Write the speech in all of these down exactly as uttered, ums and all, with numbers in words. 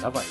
やばいよ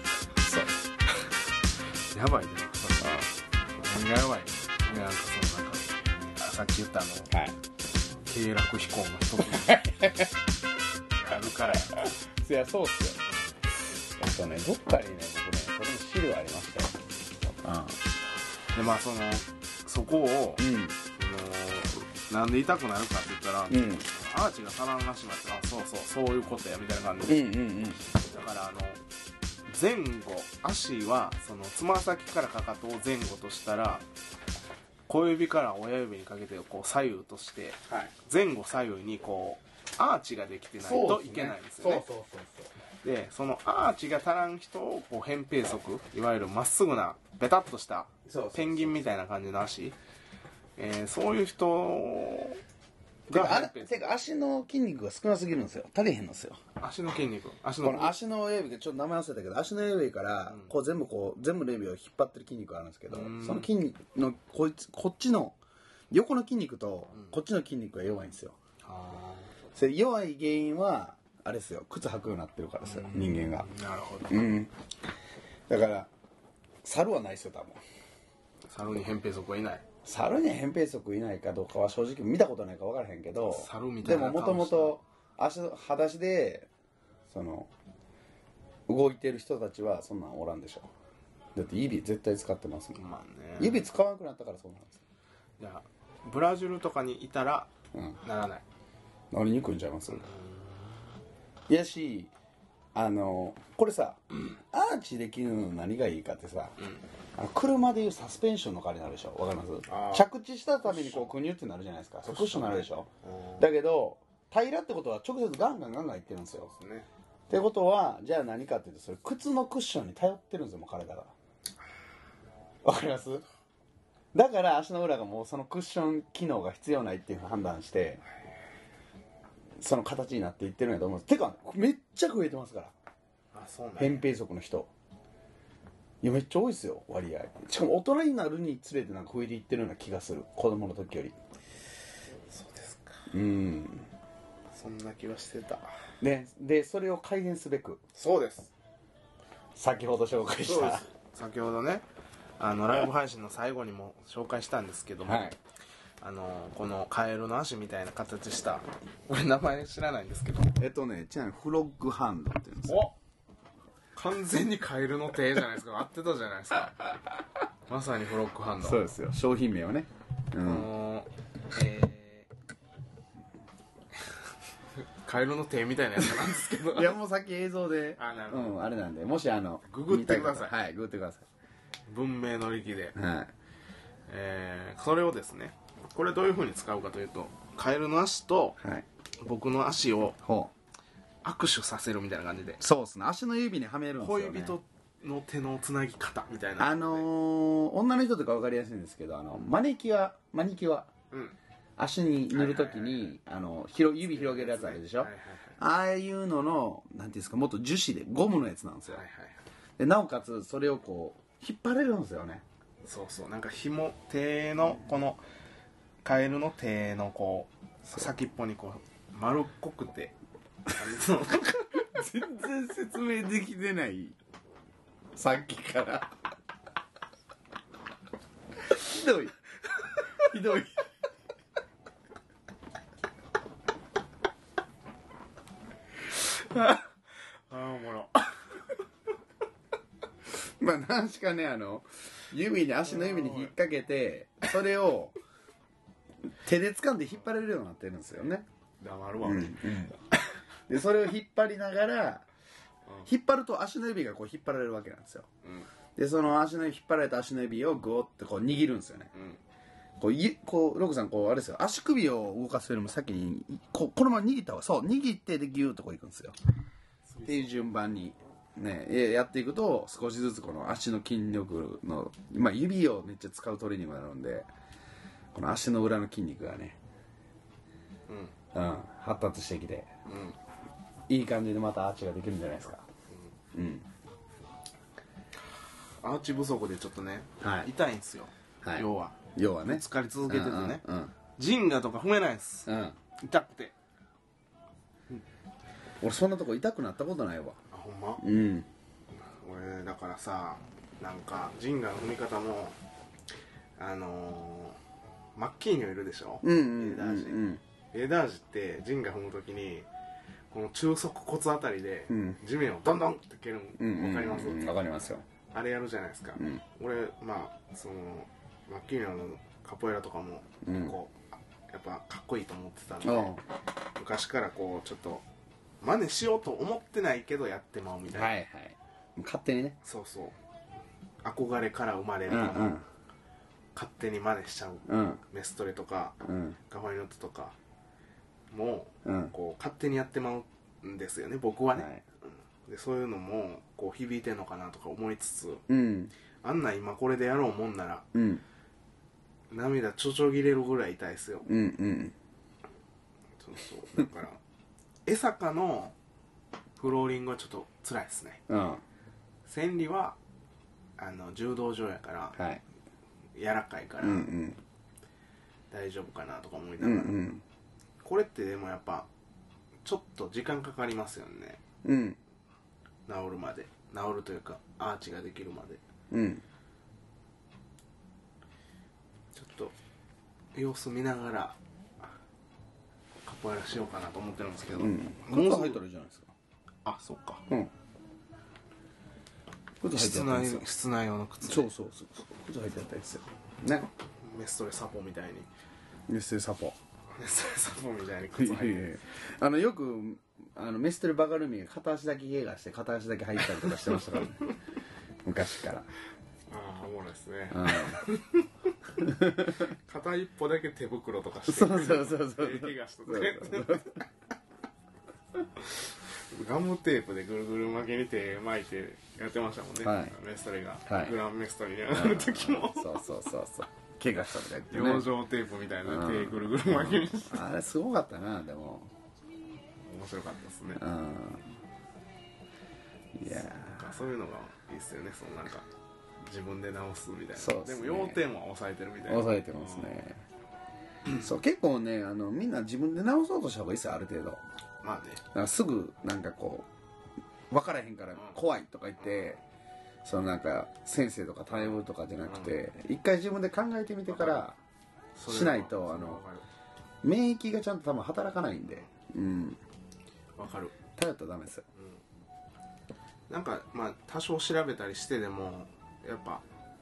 そうやばいねさ何がやばいのなんかそのなんかさっき言ったあの、はい、経絡飛行の一つやるからやいやそうっすよ。えっとねどっかにね僕ねそれの資料ありましたよ。 うんでまあそのそこを、うん、そのなんで痛くなるかって言ったら、うん、アーチが足らんらしいなって、あそうそうそういうことやみたいな感じで、うんうんうん、だからあの前後足はそのつま先からかかとを前後としたら小指から親指にかけてこう左右として、はい、前後左右にこうアーチができてないといけないんですよね。そうそうそうそうでそのアーチが足らん人をこう扁平足、いわゆるまっすぐなベタっとしたペンギンみたいな感じの足、えー、そういう人が扁平足。てか足の筋肉が少なすぎるんですよ。足りへんのですよ。 足の筋肉足のこの足の親指でちょっと名前忘れたけど足の親指からこう全部こう全部の指を引っ張ってる筋肉があるんですけど、その筋肉のこいつこっちの横の筋肉とこっちの筋肉が弱いんですよ。それ弱い原因はあれですよ、靴履くようになってるからですよ、人間が。 なるほど、 うん、だから猿はないですよ多分。 猿に扁平足はいない。 猿に扁平足いないかどうかは正直見たことないか分からへんけど、 猿みたいなでももともと足裸足でその動いてる人たちはそんなんおらんでしょ。だって指絶対使ってますもん、まあね、指使わなくなったからそうなんです。 じゃあブラジルとかにいたら、うん、ならない。 なりにくいんちゃいます。いやしあのこれさ、うん、アーチできるの何がいいかってさ、うん、あの車でいうサスペンションの代わりになるでしょ。わかります？着地したためにこうクニュってなるじゃないですか。クッションになるでしょ。だけど平らってことは直接ガンガンガンガンいってるんですよ。そうですね。ってことはじゃあ何かっていうとそれ靴のクッションに頼ってるんですよ、もう体が。わかります？だから足の裏がもうそのクッション機能が必要ないっていう判断してその形になっていってるんやと思うんです。てかめっちゃ増えてますから。あ、そうなんや。扁平足の人いやめっちゃ多いですよ、割合。しかも大人になるにつれてなんか増えていってるような気がする、子供の時より。 そうですか。 うん、 そんな気はしてたね。でそれを改善すべく、 そうです、 先ほど紹介した先ほどねあのライブ配信の最後にも紹介したんですけども、はい、あのこのカエルの足みたいな形した、俺名前知らないんですけど、 えっとねちなみにフロッグハンドって言うんですよ。 お、完全にカエルの手じゃないですか。合ってたじゃないですか。まさにフロッグハンド。 そうですよ、商品名はね。うん、 えー、カエルの手みたいなやつなんですけどいやもうさっき映像であ, なるほど、 うん、あれなんでもしあのググってください。 はいググってください。 文明の力で、 はい、 えー、それをですね、これどういう風に使うかというと、カエルの足と僕の足を握手させるみたいな感じで、 そうですね、足の指にはめるんですよね。 小指との手のつなぎ方みたいな、 あのー、女の人とか分かりやすいんですけど、あのマニキュアマニキュア、うん、足に塗るときに、あの指広げるやつあるでしょ、はいはいはい、ああいうののなんていうんですか、もっと樹脂でゴムのやつなんですよ、はいはいはい、でなおかつそれをこう引っ張れるんですよね。 そうそう、なんか紐、手のこのカエルの手のこう先っぽにこう丸っこくて全然説明できてないさっきからひどいひどいああおもろまあ何しかね、あの指に足の指に引っ掛けてそれを手で掴んで引っ張れるようになってるんですよね。 黙るわ、 うんうん、でそれを引っ張りながら、引っ張ると足の指がこう引っ張られるわけなんですよ、うん、でその足の引っ張られた足の指をグオッてこう握るんですよね、うん、こういこうロクさんこうあれですよ、足首を動かすよりも先にここのまま握った方が、そう握ってでギューッとこういくんですよっていう順番にねやっていくと少しずつこの足の筋力の、まあ、指をめっちゃ使うトレーニングになるんで、この足の裏の筋肉がね、うんうん、発達してきて、うん、いい感じでまたアーチができるんじゃないですか、うんうん、 アーチ不足でちょっとね、はい、痛いんですよ、はい、要は要はね疲れ続けててね、うんうん、ジンガとか踏めないです、うん、痛くて、 うん、俺そんなとこ痛くなったことないわ。 あ、ほんま？ うん、 これだからさ、なんかジンガの踏み方もあのー、マッキーニョいるでしょ、 うんうんうんうん、 エーダージエーダージってジンガ踏むときにこの中足骨あたりで地面をドンドンって蹴るの、うん、分かります？わ、 うんうん、かりますよ。あれやるじゃないですか、うん、俺まあそのマッキーニョのカポエラとかも結構、うん、やっぱかっこいいと思ってたんで、昔からこうちょっと真似しようと思ってないけどやってまうみたいな、 はいはい、勝手にね、 そうそう、憧れから生まれるもの、うんうん、勝手に真似しちゃう、うん、メストレとか、うん、ガファリノットとかも、うん、こう勝手にやってまうんですよね、僕はね、はい、うん、でそういうのもこう響いてんのかなとか思いつつ、うん、あんな今これでやろうもんなら、うん、涙ちょちょぎれるぐらい痛いですよ、うんうん、そうそう、だから江坂のフローリングはちょっと辛いですね、うん、千里はあの柔道場やから、はい、柔らかいから、うんうん、大丈夫かなとか思いながら、うんうん、これってでもやっぱちょっと時間かかりますよね、うん、治るまで、治るというかアーチができるまで、うん、ちょっと様子見ながらカポエラしようかなと思ってるんですけど、うん、 靴入ったらいいじゃないですか。 あ、そっか、うん、靴履いてやったんですよ。室内用の靴、 そうそうそうそう、靴履いてやったんですよね。 メストレサポみたいに、 メストレサポメストレサポみたいに靴履いてあのよくあのメストレバカルミが片足だけ怪我して片足だけ入ったりとかしてましたからね昔から。ああ、おもろいですね、うん、片一歩だけ手袋とかしてそうそうそうそう、 手怪我したとかガムテープでぐるぐる巻きに手巻いてやってましたもんね、はい、メストレが、はい、グランメストレに上がる時もそうそうそうそう、怪我したみたいな、ね、養生テープみたいな手ぐるぐる巻きにして、 あれすごかったな。でも面白かったですね、 うん、いやー、そういうのがいいっすよね、そのなんか自分で直すみたいな。そうですね、でも要点は抑えてるみたいな。 抑えてますね、うん、そう結構ね、あのみんな自分で直そうとした方がいいっすよ、ある程度。 まあね、 だからすぐなんかこう分からへんから怖いとか言って、うん、そのなんか先生とか対応とかじゃなくて、うん、一回自分で考えてみてからしないと、あの免疫がちゃんと多分働かないんで、うん、 分かる、 頼ったらダメですよ、 うん、なんかまあ多少調べたりしてでもやっぱ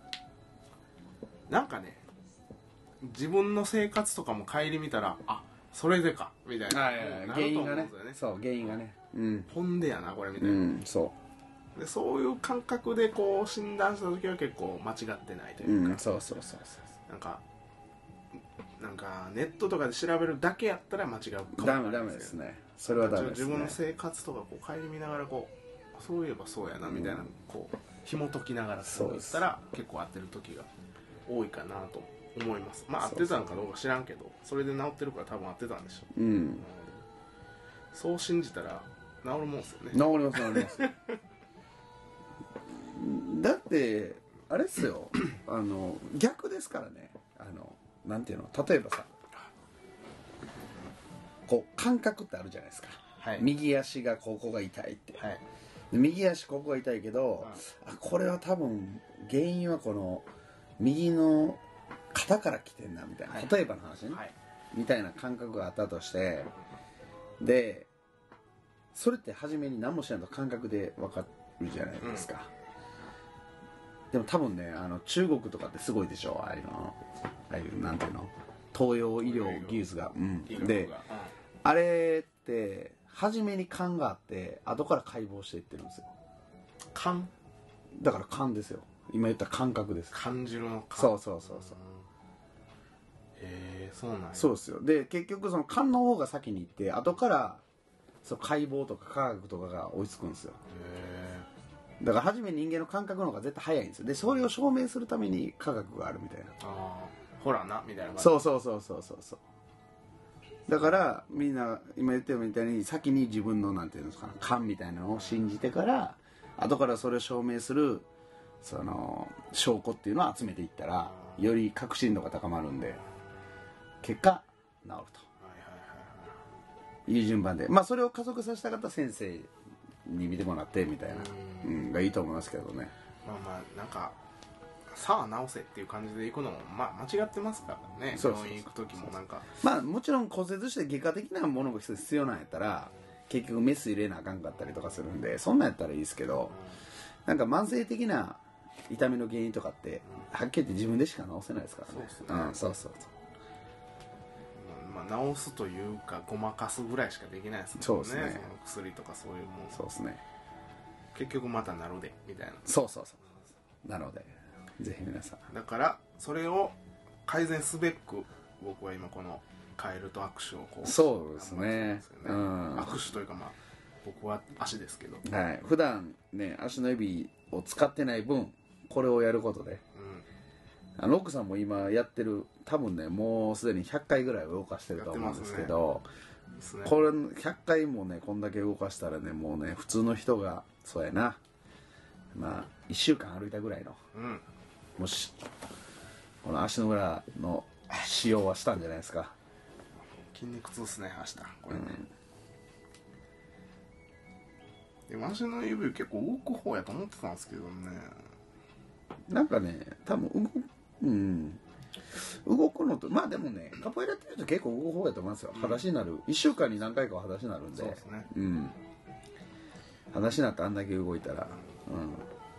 なんかね、自分の生活とかも顧みたら、あ、それでかみたいな、 はいはいはい、原因がね、そう原因がね、うん、 ほんでやなこれみたいな、うん、そうで、そういう感覚でこう診断した時は結構間違ってないというか、うん、 そうそうそうそう、 なんかなんかネットとかで調べるだけやったら間違うかもしれないですけど、 ダメですね、それはダメですね。 自分の生活とかこう顧みながらこう、そういえばそうやなみたいな、こう紐解きながらそう言ったら結構合ってる時が多いかなと思います。まあ合ってたのかどうか知らんけど、それで治ってるから多分合ってたんでしょう、うん、そう信じたら治るもんですよね。 治ります治りますだってあれっすよあの逆ですからね、あのなんていうの、例えばさ、こう感覚ってあるじゃないですか、はい、右足がここが痛いって、はい、右足ここが痛いけど、あ、これは多分原因はこの右の肩から来てんなみたいな、はい、例えばの話ね、はい、みたいな感覚があったとして、でそれって初めに何もしないと感覚で分かるじゃないですか、うん、でも多分ね、あの中国とかってすごいでしょ、ああいうの、ああいうなんていうの、東洋医療技術が、うん、で、うん、あれって初めに勘があって後から解剖していってるんですよ。 勘だから勘ですよ、今言った感覚です。 感じるの勘。 そうそうそうそう、 へえ、そうなんや。 そうですよ。で結局その勘の方が先に行って後からその解剖とか科学とかが追いつくんですよ。へえ。だから初め人間の感覚の方が絶対早いんですよ。でそれを証明するために科学があるみたいな。ああ、ほらなみたいな。 そうそうそうそうそうそう。だからみんな今言ってるみたいに先に自分のなんていうんですか、勘みたいなのを信じてから後からそれを証明するその証拠っていうのを集めていったらより確信度が高まるんで結果治るという順番で、まあそれを加速させたかった先生に見てもらってみたいな。 うん、がいいと思いますけどね。 まあまあなんかさあ直せっていう感じで行くのもまあ間違ってますからね。病院行く時もなんかまあもちろん骨折して外科的なものが必要なんやったら結局メス入れなあかんかったりとかするんで、そんなんやったらいいですけど、なんか慢性的な痛みの原因とかってはっきり言って自分でしか治せないですからね。 そうですね、 うん、そうそうそう、 まあ、治すというかごまかすぐらいしかできないですもんね。 そうですね、 その薬とかそういうもん。 そうですね、 結局またなるでみたいな。 そうそうそう、なのでぜひ皆さん、 だからそれを改善すべく僕は今このカエルと握手をこう、 そうですね、 ね、 うん、 握手というかまあ僕は足ですけど、 はい、普段ね足の指を使ってない分これをやることで、うん、あの奥さんも今やってる、多分ねもうすでにひゃっかいぐらい動かしてると思うんですけど、ね、これひゃっかいもねこんだけ動かしたらねもうね普通の人がそうやな、まあいっしゅうかん歩いたぐらいの、うん、もしこの足の裏の使用はしたんじゃないですか。 筋肉痛っすね明日これね、うん、でも足の指結構動く方やと思ってたんですけどね、 なんかね多分動く、うん、動くのとまあでもねカポエラやってると結構動く方やと思いますよ、うん、裸足になるいっしゅうかんに何回かは裸足になるんで、そうですね、うん、裸足になってあんだけ動いたら、うん、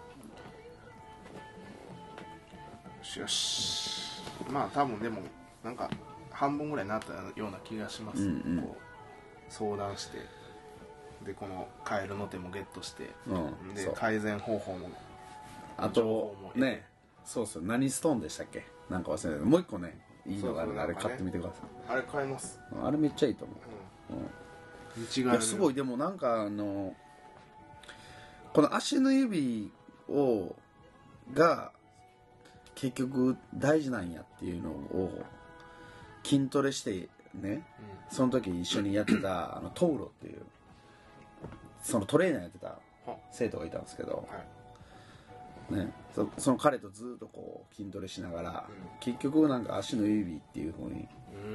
よしよし、まあ多分でもなんか半分ぐらいになったような気がします、うんうん、こう相談してでこのカエルの手もゲットして、うん、で改善方法もあとね、そうそう、何ストーンでしたっけ、なんか忘れない、もう一個ねいいのがあるんで、あれ買ってみてください。 あれ買います、 あれめっちゃいいと思う、うんうん、いやすごい。でもなんかあのこの足の指をが結局大事なんやっていうのを筋トレしてね、うん、その時一緒にやってたあのトウロっていうそのトレーナーやってた生徒がいたんですけど、はいね、そ, その彼とずっとこう筋トレしながら、うん、結局なんか足の指っていう風に、うん、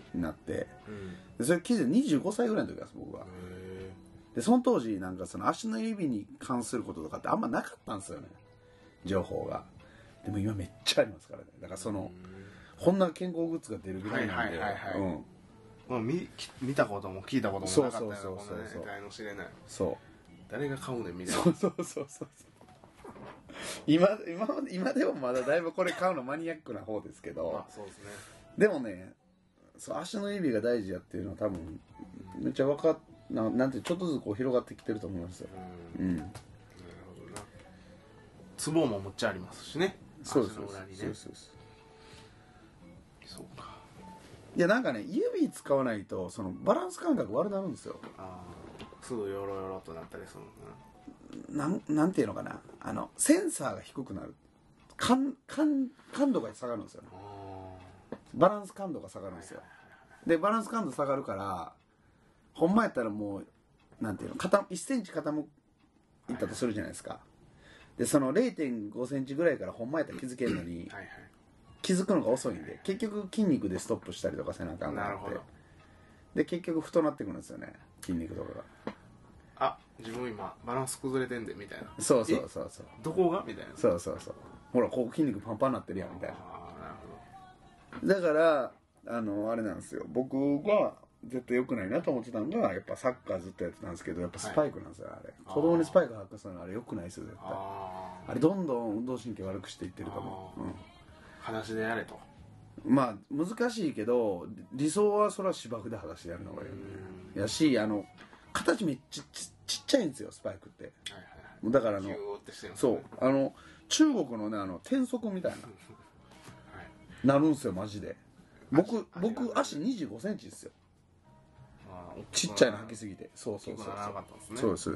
になって、うん、でそれ気づいてにじゅうごさいぐらいの時です僕は。でその当時なんかその足の指に関することとかってあんまなかったんですよね、情報が。でも今めっちゃありますからね。だからそのこんな健康グッズが出るぐらいなんで、 まあ、見, 見たことも聞いたこともなかったようなこのね得体の知れない、そう誰が買うねんみたいな、 そうそうそうそう今, 今, 今でもまだだいぶこれ買うのマニアックな方ですけど、 あそうですね、 でもねそう足の指が大事やっていうのは多分めっちゃ分かっななんてちょっとずつこう広がってきてると思いますよ。うん、うん、なるほどな。ツボもむっちゃありますしね、 そうです、足の裏にね。そうですそうです。 そうか。 いやなんかね指使わないとそのバランス感覚悪くなるんですよ。 ああ、すぐヨロヨロとなったりするのかな。なんなんていうのかな、あのセンサーが低くなる、感感感度が下がるんですよね。バランス感度が下がるんですよ。でバランス感度下がるからほんまやったらもうなんていうのいっセンチ傾いったとするじゃないですか。でその れいてんごセンチぐらいからほんまやったら気づけるのにはい、はい、気づくのが遅いんで結局筋肉でストップしたりとかせなあかんなってで結局太なってくるんですよね、筋肉とかが。 あ、自分今バランス崩れてんでみたいな。 そうそうそうそう。 どこがみたいな。 そうそうそう。ほらここ筋肉パンパンになってるやんみたいな。 ああ、なるほど。 だからあのあれなんですよ、僕が絶対良くないなと思ってたのがやっぱサッカーずっとやってたんですけどやっぱスパイクなんですよ、はい、あれ子供にスパイク発火するのあれ良くないですよ絶対。 あ, あれどんどん運動神経悪くしていってると思う、うん、 裸足でやれと。 まあ難しいけど理想はそれは芝生で裸足でやるのがいいやし、あの形めっちゃ ち, ちっちゃいんですよスパイクって、はいはいはい、だからあのそうあの中国のねあの転足みたいな、はい、なるんすよマジで。僕僕足にじゅうごセンチですよ。ちっちゃいの履きすぎて。そうそうそうそう。そうですそうです。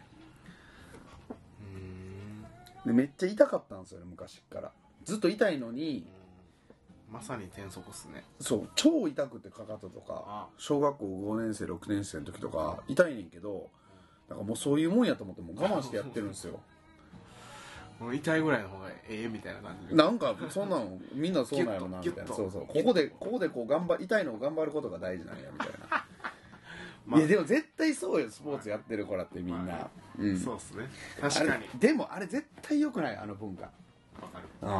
でめっちゃ痛かったんですよね昔からずっと痛いのに。 まさに転足っすね。 そう超痛くてかかととか小学校ごねん生ろくねん生の時とか痛いねんけどなんかもうそういうもんやと思ってもう我慢してやってるんですよ。 もう痛いぐらいの方がええみたいな感じでなんかそんなのみんなそうなんやろなみたいな。そうそうここでここでこう頑張痛いのを頑張ることが大事なんやみたいなまあ、 いやでも絶対そうよ、スポーツやってる子らってみんな、まあうん、そうですね、確かに。 でもあれ絶対良くない、あの文化。 わかる。 うん、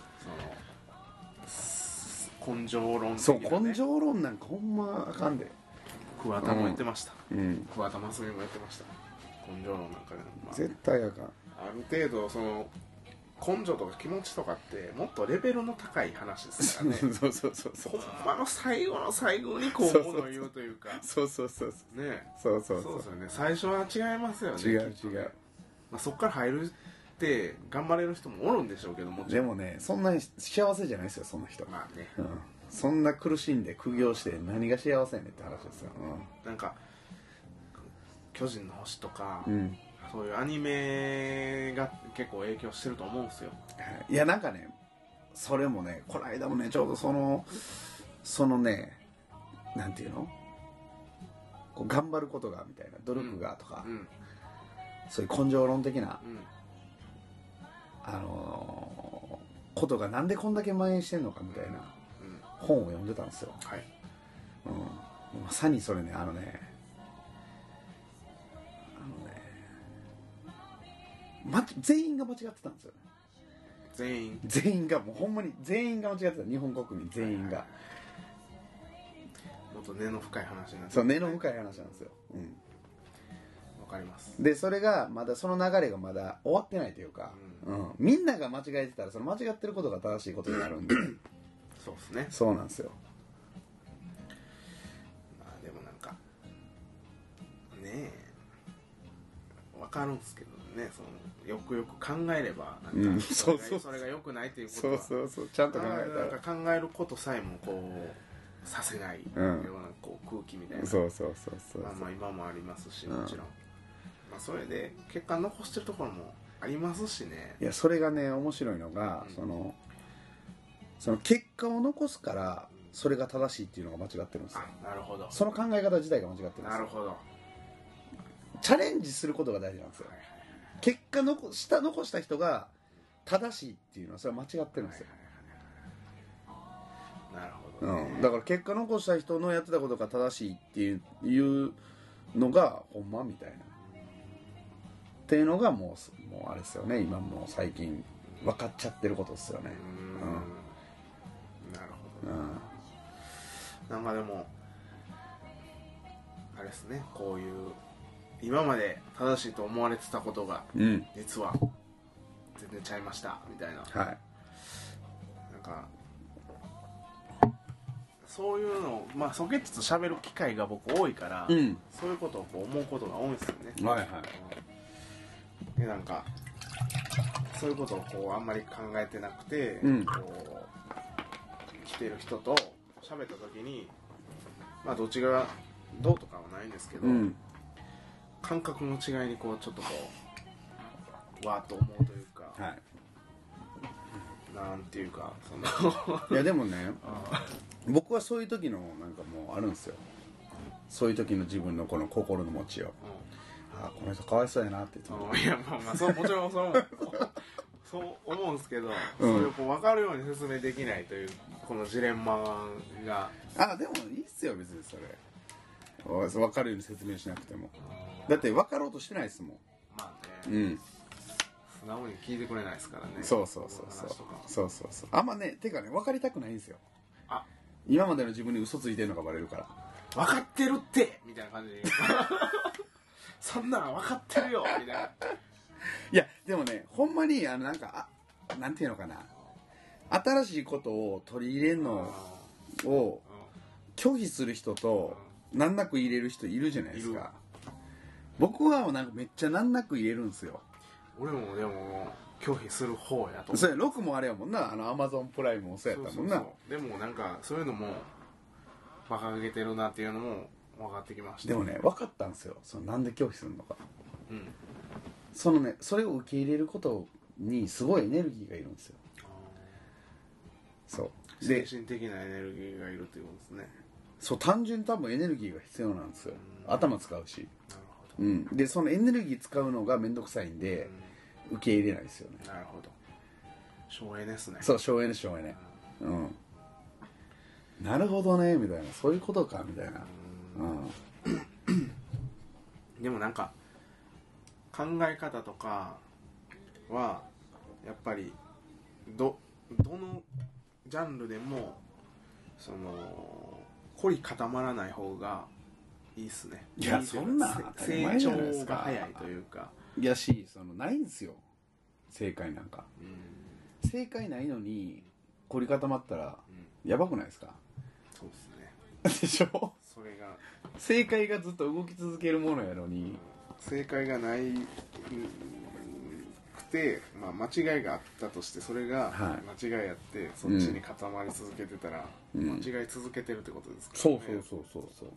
その根性論的な、ね、 そう根性論なんかほんまあかんで。 桑田も言ってました、 うん、 桑田真澄も言ってました。根性論なんかね、 まあ、絶対あかん。 ある程度その根性とか気持ちとかってもっとレベルの高い話ですからね。 そうそうそうそう。 ほんまの最後の最後にこうものを言うというか。 そうそうそうそう。 ね。 そうそうそうですよね。最初は違いますよね。 違う違う。 まあそっから入るって頑張れる人もおるんでしょうけども。 でもね、そんなに幸せじゃないですよ、その人。 まあね。 うん。そんな苦しんで苦行して何が幸せやねんって話ですよ。 うん。なんか巨人の星とか。 うん。 そういうアニメが結構影響してると思うんですよ。 いやなんかね、それもね、この間もねちょうどそのそのね、なんていうの、こう頑張ることがみたいな、努力がとか、うん、そういう根性論的な、うん、あのー、ことがなんでこんだけ蔓延してんのかみたいな、うん、本を読んでたんですよ。はい。うん、まさにそれね、あのね。ま、全員が間違ってたんですよ。 全員全員がもうほんまに全員が間違ってた、日本国民全員が。 もっと根の深い話なんですよ、ね。 そう、根の深い話なんですよ。うん。 わかります。 でそれがまだその流れがまだ終わってないというか、うん、うん、みんなが間違えてたらその間違ってることが正しいことになるんで。 そうですね。 そうなんですよ。 まあでもなんかねえ、わかるんですけどね、そのよくよく考えればなんか、うん、そうそう、それが良くないということは、 そうそうそう、ちゃんと考えたらなんか考えることさえもこうさせないようなこう空気みたいな、 そうそうそうそう、 まあまあ今もありますし、もちろん、うん、まあそれで結果残してるところもありますしね。 いやそれがね面白いのが、うん、そのその結果を残すからそれが正しいっていうのが間違ってるんですよ。 あ、なるほど。 その考え方自体が間違ってるんですよ。 なるほど。 チャレンジすることが大事なんですよ。結果残した残した人が正しいっていうのはそれは間違ってるんですよ。 なるほど、ね、 うん、だから結果残した人のやってたことが正しいっていう、いうのがほんまみたいなっていうのがもう、もうあれですよね、今もう最近分かっちゃってることですよね。 うん、うん、なるほど、うん、なんかでもあれですね、こういう今まで正しいと思われてたことが、うん、実は全然ちゃいましたみたいな、はい、なんかそういうのを、まあ、ソケッチと喋る機会が僕多いから、うん、そういうことをこう思うことが多いんですよね。はいはい。でなんかそういうことをこうあんまり考えてなくて、うん、こう来てる人と喋った時に、まあどっちがどうとかはないんですけど、うん、感覚の違いにこうちょっとこうわーっと思うというか、はい、なんていうかそのいやでもね僕はそういう時のなんかもうあるんですよ、そういう時の自分のこの心の持ちよ、うん、ああこの人かわいそうやなって言って、 うん、いやまあまあそうもちろんそうそう思うんですけど、うん、それをこう分かるように説明できないというこのジレンマが、 あでもいいっすよ別にそれ分かるように説明しなくても、だって分かろうとしてないですもん。まあね、うん、 素直に聞いてくれないですからね。 そうそうそうそうそうそうそう、あんまねてかね分かりたくないんですよ。あ今までの自分に嘘ついてるのがバレるから、 分かってるってみたいな感じでそんなん分かってるよみたいな。いやでもねほんまにあのなんかあなんていうのかな、新しいことを取り入れるのを拒否する人と難なく入れる人いるじゃないですか。僕はなんかめっちゃ難なく入れるんですよ。 俺もでも拒否する方やと思う。 それろくもあれやもんな、あのアマゾンプライムもそうやったもんな。そうそうそう、でもなんかそういうのも馬鹿げてるなっていうのも分かってきました。 でもね分かったんですよ、そのなんで拒否するのか、うん、そのねそれを受け入れることにすごいエネルギーがいるんですよ。 そう精神的なエネルギーがいるっていうことですね。 そう単純に多分エネルギーが必要なんですよ、うん、頭使うし。なるほど、うん、でそのエネルギー使うのがめんどくさいんで、うん、受け入れないですよね。 なるほど、省エネですね。 そう省エネ省エネ、うん、なるほどねみたいな、そういうことかみたいな、うん、 でもなんか考え方とかはやっぱりどどのジャンルでもその凝り固まらない方がいいっすね。 いやそんな成長が早いというか。 いやしそのないんですよ正解なんか、うん、正解ないのに凝り固まったらやばくないですか？ そうですね。 でしょ？ それが正解がずっと動き続けるものやのに、 正解がないくて、まあ、間違いがあったとしてそれが間違いやってそっちに固まり続けてたら、うん、間違い続けてるってことですからね。 そうそうそうそうそうね。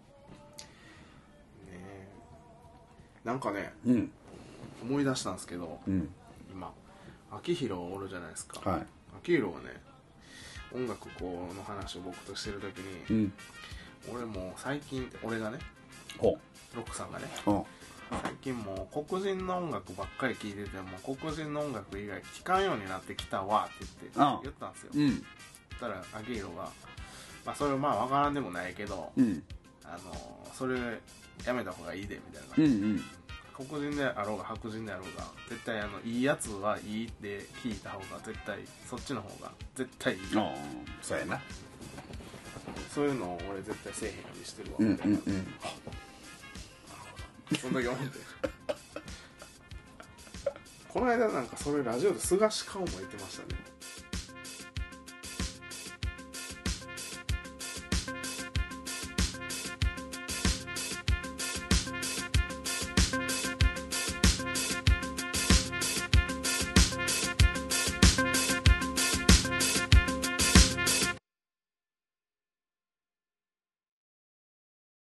なんかね、 うん、 思い出したんですけど、 うん、 今秋広おるじゃないですか、 はい、 秋広がね音楽こうの話を僕としてる時に、うん、俺もう最近俺がねロックさんがね最近もう黒人の音楽ばっかり聴いてても黒人の音楽以外聴かんようになってきたわって言って言ったんですよ。うん、そしたら秋広がまあそれまあ分からんでもないけど、うん、あのそれやめた方がいいでみたいな、うんうん、黒人であろうが白人であろうが絶対あのいいやつはいいって聞いた方が絶対そっちの方が絶対いい。 ああそうやな。 そういうのを俺絶対せえへんようにしてるわみたいな、うんうんうん、そんだけ思ってこの間なんかそれラジオで菅氏顔も言ってましたね。